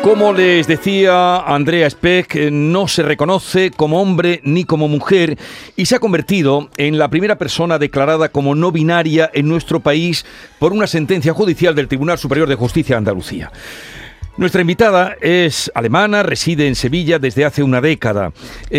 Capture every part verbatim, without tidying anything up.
Como les decía, Andrea Speck no se reconoce como hombre ni como mujer y se ha convertido en la primera persona declarada como no binaria en nuestro país por una sentencia judicial del Tribunal Superior de Justicia de Andalucía. Nuestra invitada es alemana, reside en Sevilla desde hace una década.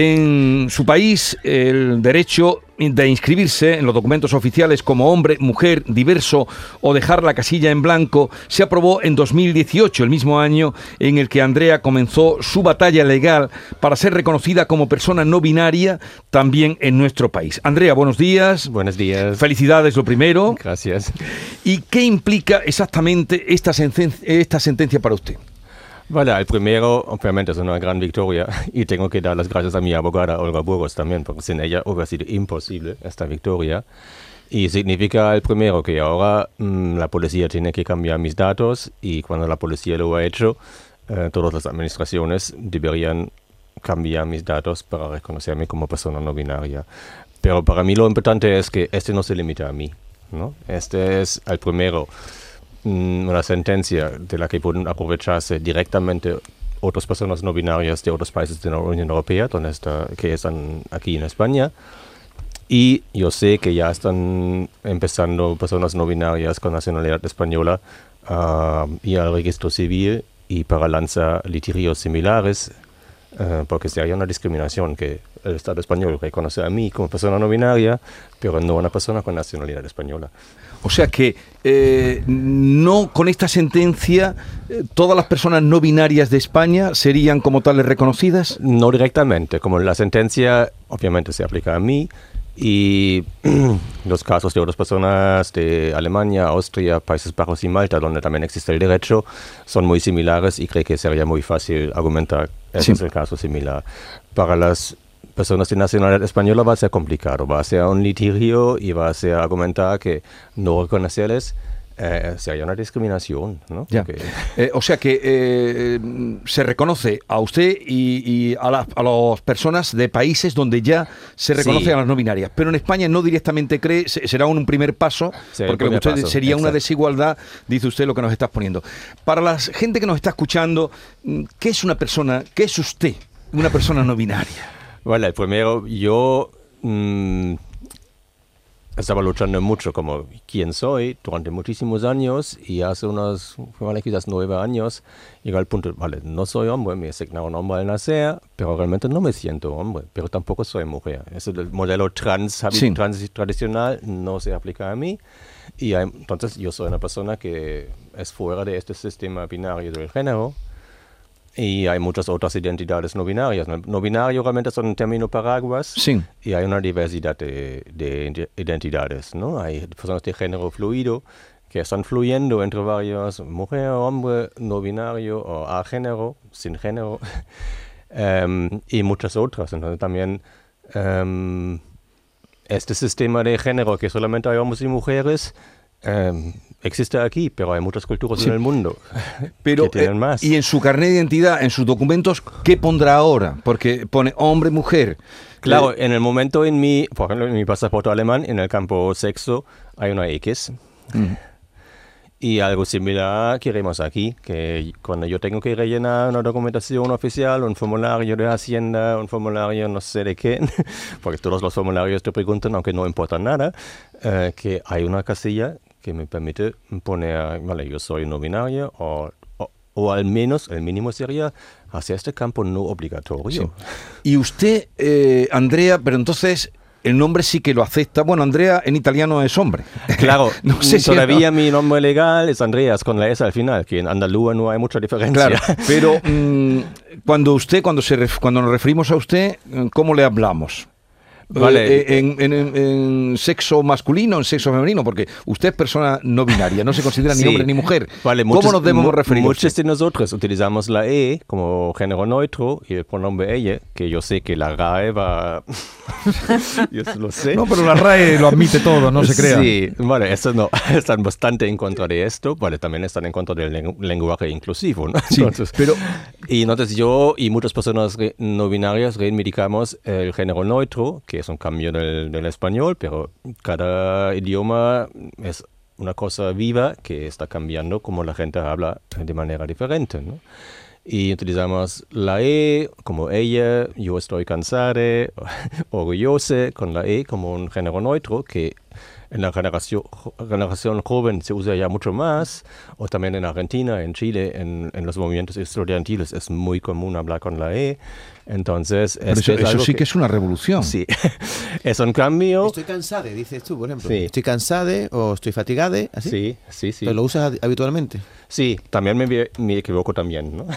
En su país, el derecho de inscribirse en los documentos oficiales como hombre, mujer, diverso o dejar la casilla en blanco se aprobó en dos mil dieciocho, el mismo año en el que Andrea comenzó su batalla legal para ser reconocida como persona no binaria también en nuestro país. Andrea, buenos días. Buenos días. Felicidades, lo primero. Gracias. ¿Y qué implica exactamente esta sentencia, esta sentencia para usted? Vale, el primero, obviamente, es una gran victoria y tengo que dar las gracias a mi abogada Olga Burgos también, porque sin ella hubiera sido imposible esta victoria. Y significa el primero que ahora mmm, la policía tiene que cambiar mis datos y cuando la policía lo ha hecho, eh, todas las administraciones deberían cambiar mis datos para reconocerme como persona no binaria. Pero para mí lo importante es que este no se limita a mí, ¿no? Este es el primero. Una sentencia de la que pueden aprovecharse directamente otras personas no binarias de otros países de la Unión Europea, donde está, que están aquí en España. Y yo sé que ya están empezando personas no binarias con nacionalidad española uh, y al registro civil y para lanzar litigios similares, uh, porque sería una discriminación que el Estado español reconoce a mí como persona no binaria, pero no a una persona con nacionalidad española. O sea que eh, no con esta sentencia eh, todas las personas no binarias de España serían como tales reconocidas. No directamente, como la sentencia obviamente se aplica a mí y los casos de otras personas de Alemania, Austria, Países Bajos y Malta, donde también existe el derecho, son muy similares y creo que sería muy fácil argumentar que Sí. es el caso similar. Para las personas de nacionalidad española va a ser complicado, va a ser un litigio y va a ser argumentar que no reconocerles eh, sería una discriminación, ¿no? Ya. Porque, Eh, o sea que eh, se reconoce a usted y, y a, la, a las personas de países donde ya se reconoce Sí. a las no binarias, pero en España no directamente cree, se- será un, un primer paso, Será porque el lo que primer usted paso, sería una exacto. desigualdad, dice usted lo que nos está poniendo. Para la gente que nos está escuchando, ¿qué es una persona, qué es usted, una persona no binaria? Vale, primero yo mmm, estaba luchando mucho como quién soy durante muchísimos años y hace unos, vale, quizás nueve años llegó al punto, vale, no soy hombre, me asignaron hombre al nacer, pero realmente no me siento hombre, pero tampoco soy mujer. Eso del modelo trans, Sí. trans tradicional no se aplica a mí y hay, entonces yo soy una persona que es fuera de este sistema binario del género. Y hay muchas otras identidades no binarias. No, no binario realmente es un término paraguas Sí. y hay una diversidad de, de identidades, ¿no? Hay personas de género fluido que están fluyendo entre varios, mujer, hombre, no binario o agénero, sin género, um, y muchas otras. Entonces también um, este sistema de género que solamente hay hombres y mujeres um, existe aquí, pero hay muchas culturas Sí. en el mundo Pero, que tienen eh, más. y en su carnet de identidad, en sus documentos, ¿qué pondrá ahora? Porque pone hombre, mujer. Claro, Eh, en el momento en mi, por ejemplo, en mi pasaporte alemán, en el campo sexo, hay una X. mm. Y algo similar queremos aquí, que cuando yo tengo que rellenar una documentación oficial, un formulario de Hacienda, un formulario no sé de qué, porque todos los formularios te preguntan, aunque no importa nada, eh, que hay una casilla que me permite poner, vale, yo soy no binario, o, o, o al menos el mínimo sería hacer este campo no obligatorio. Sí. Y usted, eh, Andrea, pero entonces el nombre sí que lo acepta. Bueno, Andrea en italiano es hombre. Claro, No sé si todavía no- mi nombre legal es Andreas con la S al final, que en andaluz no hay mucha diferencia. Claro, pero mm, cuando usted, cuando se ref- cuando nos referimos a usted, ¿cómo le hablamos? Vale. Eh, en, en- en- en sexo masculino, en sexo femenino, porque usted es persona no binaria, no se considera ni Sí. hombre ni mujer. Vale, ¿Cómo muchos- nos debemos mu- referir a Muchos usted? de nosotros utilizamos la E como género neutro y el pronombre ella, que yo sé que la R A E va... yo lo sé. No, pero la R A E lo admite todo, no se crea. Sí, vale, eso no. Están bastante en contra de esto. Vale, también están en contra del lengu- lenguaje inclusivo, ¿no? Sí, Entonces, pero y entonces yo y muchas personas re- no binarias reivindicamos el género neutro, que es un cambio del, del español, pero cada idioma es una cosa viva que está cambiando como la gente habla de manera diferente, ¿no? y utilizamos la E como ella, yo estoy cansada, orgullosa, con la E como un género neutro que en la generación, generación joven se usa ya mucho más, o también en Argentina, en Chile, en, en los movimientos estudiantiles es muy común hablar con la E. Entonces, Pero eso, es eso algo sí que, que es una revolución. Sí, es un cambio. Estoy cansada, dices tú, por ejemplo. Sí. Estoy cansada o estoy fatigada, ¿así? Sí, sí, sí. ¿Pero lo usas habitualmente? Sí, también me, me equivoco también, ¿no?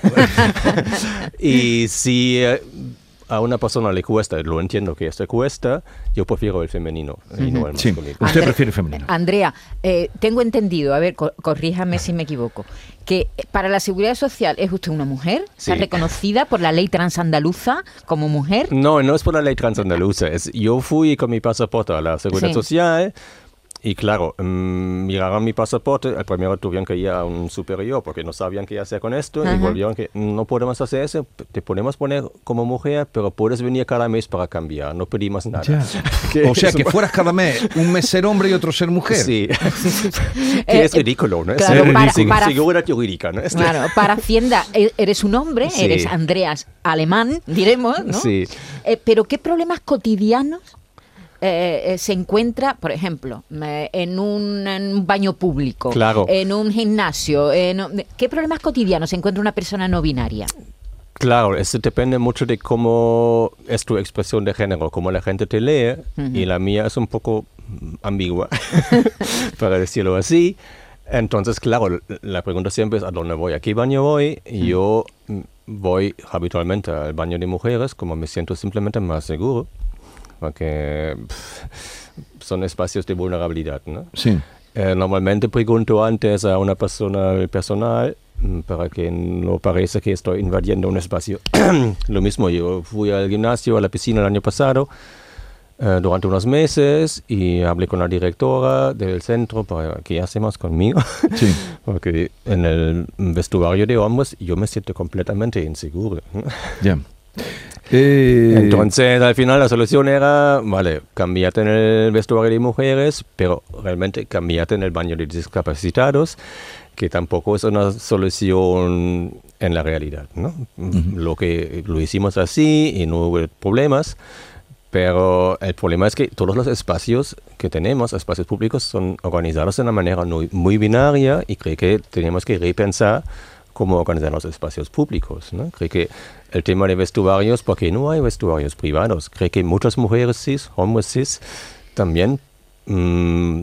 Y si eh, a una persona le cuesta, lo entiendo que esto cuesta, yo prefiero el femenino y uh-huh. no el masculino. Sí, usted André, prefiere el femenino. Andrea, eh, tengo entendido, a ver, co- corríjame si me equivoco, que para la Seguridad Social es usted una mujer, sí. está reconocida por la ley transandaluza como mujer. No, no es por la ley transandaluza, es yo fui con mi pasaporte a la Seguridad sí. Social. Y claro, um, miraron mi pasaporte, el primero tuvieron que ir a un superior porque no sabían qué hacer con esto. Ajá. Y volvieron que no podemos hacer eso, te podemos poner como mujer, pero puedes venir cada mes para cambiar, no pedimos nada. O sea, que fueras cada mes, un mes ser hombre y otro ser mujer. Sí, que es ridículo, ¿no? Claro, es para, sin, para, seguridad jurídica, ¿no? Claro, para Hacienda eres un hombre, sí. eres Andreas alemán, diremos, ¿no? Sí. Eh, pero ¿qué problemas cotidianos Eh, eh, se encuentra, por ejemplo, eh, en, un, en un baño público, claro. en un gimnasio? En, ¿Qué problemas cotidianos se encuentra una persona no binaria? Claro, eso depende mucho de cómo es tu expresión de género, cómo la gente te lee, uh-huh. y la mía es un poco ambigua, para decirlo así. Entonces, claro, la pregunta siempre es ¿a dónde voy? ¿A qué baño voy? Y yo voy habitualmente al baño de mujeres, como me siento simplemente más seguro. Porque pff, son espacios de vulnerabilidad, ¿no? Sí. Eh, normalmente pregunto antes a una persona del personal para que no parezca que estoy invadiendo un espacio. Lo mismo, yo fui al gimnasio, a la piscina el año pasado eh, durante unos meses y hablé con la directora del centro para qué hacemos conmigo. Sí. Porque en el vestuario de hombres yo me siento completamente inseguro. Ya. Yeah. Eh... Entonces, al final la solución era, vale, cambiate en el vestuario de mujeres, pero realmente cambiate en el baño de discapacitados, que tampoco es una solución en la realidad, ¿no? Uh-huh. Lo que lo hicimos así y no hubo problemas, pero el problema es que todos los espacios que tenemos, espacios públicos, son organizados de una manera muy, muy binaria y creo que tenemos que repensar cómo organizar los espacios públicos, ¿no? Creo que el tema de vestuarios, porque no hay vestuarios privados. Creo que muchas mujeres cis, hombres cis, también mmm,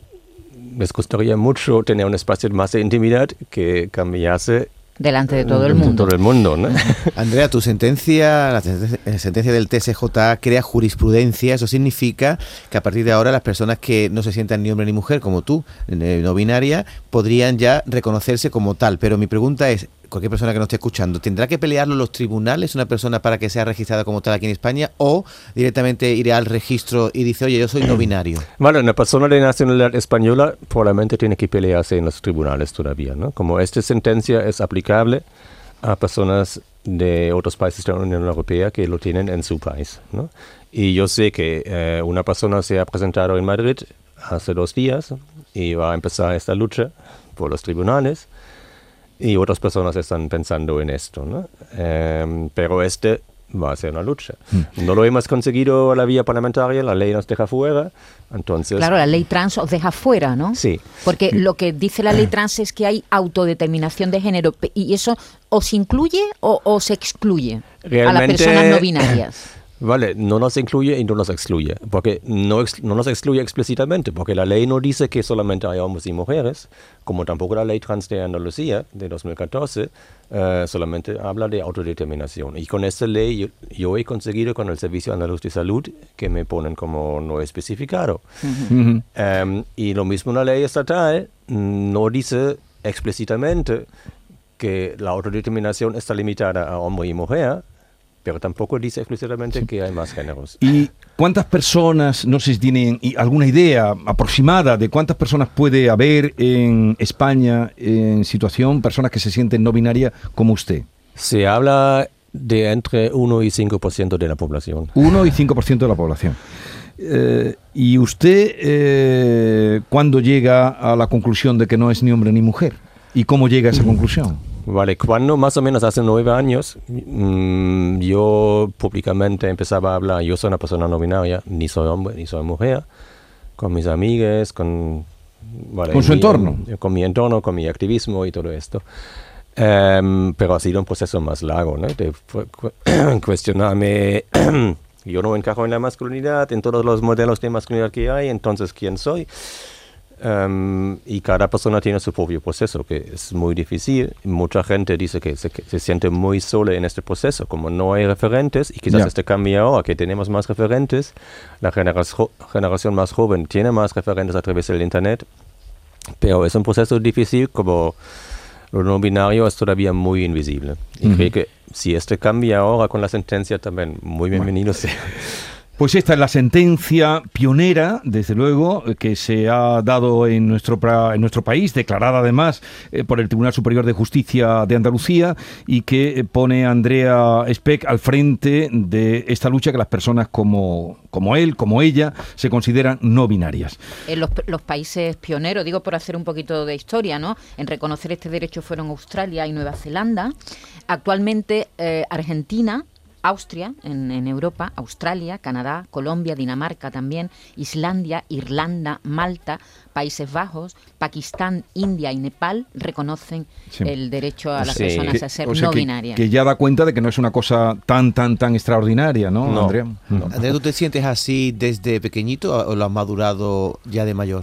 les gustaría mucho tener un espacio más de intimidad que cambiase delante de todo el mundo. Todo el mundo, ¿no? Andrea, tu sentencia, la sentencia del T S J A crea jurisprudencia. Eso significa que a partir de ahora las personas que no se sientan ni hombre ni mujer, como tú, no binaria, podrían ya reconocerse como tal. Pero mi pregunta es, cualquier persona que nos esté escuchando, ¿tendrá que pelearlo en los tribunales una persona para que sea registrada como tal aquí en España o directamente irá al registro y dice, oye, yo soy no binario? Bueno, una persona de nacionalidad española probablemente tiene que pelearse en los tribunales todavía, ¿no? Como esta sentencia es aplicable a personas de otros países de la Unión Europea que lo tienen en su país, ¿no? Y yo sé que eh, una persona se ha presentado en Madrid hace dos días y va a empezar esta lucha por los tribunales. Y otras personas están pensando en esto, ¿no? Eh, pero este va a ser una lucha. Mm. No lo hemos conseguido a la vía parlamentaria, la ley nos deja fuera, entonces... Claro, la ley trans os deja fuera, ¿no? Sí. Porque lo que dice la ley trans es que hay autodeterminación de género, ¿y eso os incluye o os excluye Realmente, a las personas no binarias? Vale, no nos incluye y no nos excluye, porque no, ex, no nos excluye explícitamente, porque la ley no dice que solamente hay hombres y mujeres, como tampoco la ley trans de Andalucía de dos mil catorce, uh, solamente habla de autodeterminación. Y con esta ley yo, yo he conseguido con el Servicio Andaluz de Salud que me ponen como no especificado. Uh-huh. Um, y lo mismo la ley estatal no dice explícitamente que la autodeterminación está limitada a hombre y mujer, pero tampoco dice explícitamente sí. que hay más géneros. ¿Y cuántas personas, no sé si tienen alguna idea aproximada de cuántas personas puede haber en España en situación, personas que se sienten no binarias como usted? Se habla de entre uno y cinco por ciento de la población. uno y cinco por ciento de la población. Eh, ¿Y usted eh, cuándo llega a la conclusión de que no es ni hombre ni mujer? ¿Y cómo llega a esa conclusión? Vale, cuando más o menos hace nueve años, mmm, yo públicamente empezaba a hablar, yo soy una persona no binaria, ni soy hombre, ni soy mujer, con mis amigas, con... Vale, con su mi, entorno. Con mi entorno, con mi activismo y todo esto. Um, pero ha sido un proceso más largo, ¿no? De cu cuestionarme, yo no encajo en la masculinidad, en todos los modelos de masculinidad que hay, entonces, ¿quién soy? Um, y cada persona tiene su propio proceso, que es muy difícil. Mucha gente dice que se, que se siente muy sola en este proceso, como no hay referentes, y quizás yeah. este cambia ahora, que tenemos más referentes. La generación, generación más joven tiene más referentes a través del Internet, pero es un proceso difícil, como lo no binario es todavía muy invisible. Y uh-huh. creo que si este cambia ahora con la sentencia, también muy bienvenido sea. Pues esta es la sentencia pionera, desde luego, que se ha dado en nuestro, en nuestro país, declarada además eh, por el Tribunal Superior de Justicia de Andalucía, y que pone a Andrea Speck al frente de esta lucha que las personas como, como él, como ella, se consideran no binarias. En los, los países pioneros, digo por hacer un poquito de historia, ¿no? En reconocer este derecho fueron Australia y Nueva Zelanda. Actualmente eh, Argentina, Austria, en, en Europa, Australia, Canadá, Colombia, Dinamarca también, Islandia, Irlanda, Malta, Países Bajos, Pakistán, India y Nepal reconocen sí. el derecho a las sí. personas a ser que, o sea, no que, binarias. Que ya da cuenta de que no es una cosa tan, tan, tan extraordinaria, ¿no, no Andrea? No. Andrea, ¿tú te sientes así desde pequeñito o lo has madurado ya de mayor?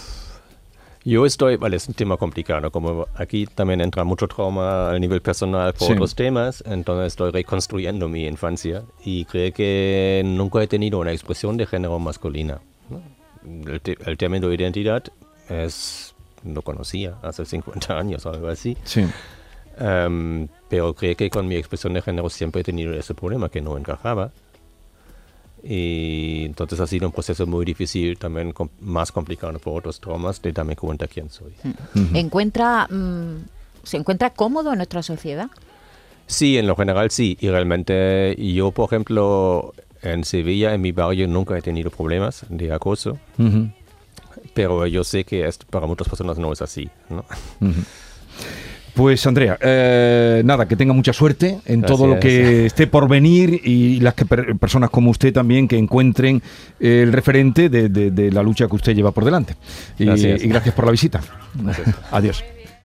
Yo estoy, vale, es un tema complicado, como aquí también entra mucho trauma a nivel personal por sí. otros temas, entonces estoy reconstruyendo mi infancia y creo que nunca he tenido una expresión de género masculina, ¿no? El, te, el término de identidad es, no conocía hace cincuenta años o algo así, sí. um, pero creo que con mi expresión de género siempre he tenido ese problema que no encajaba. Y entonces ha sido un proceso muy difícil, también com más complicado por otros traumas, de darme cuenta quién soy. Uh-huh. ¿Encuentra, mmm, ¿Se encuentra cómodo en nuestra sociedad? Sí, en lo general sí. Y realmente yo, por ejemplo, en Sevilla, en mi barrio, nunca he tenido problemas de acoso. Uh-huh. Pero yo sé que esto para muchas personas no es así, ¿no? Uh-huh. Pues Andrea, eh, nada, que tenga mucha suerte en Gracias. todo lo que esté por venir y las que per personas como usted también que encuentren el referente de, de, de la lucha que usted lleva por delante. Y gracias, y gracias por la visita. Gracias. Adiós.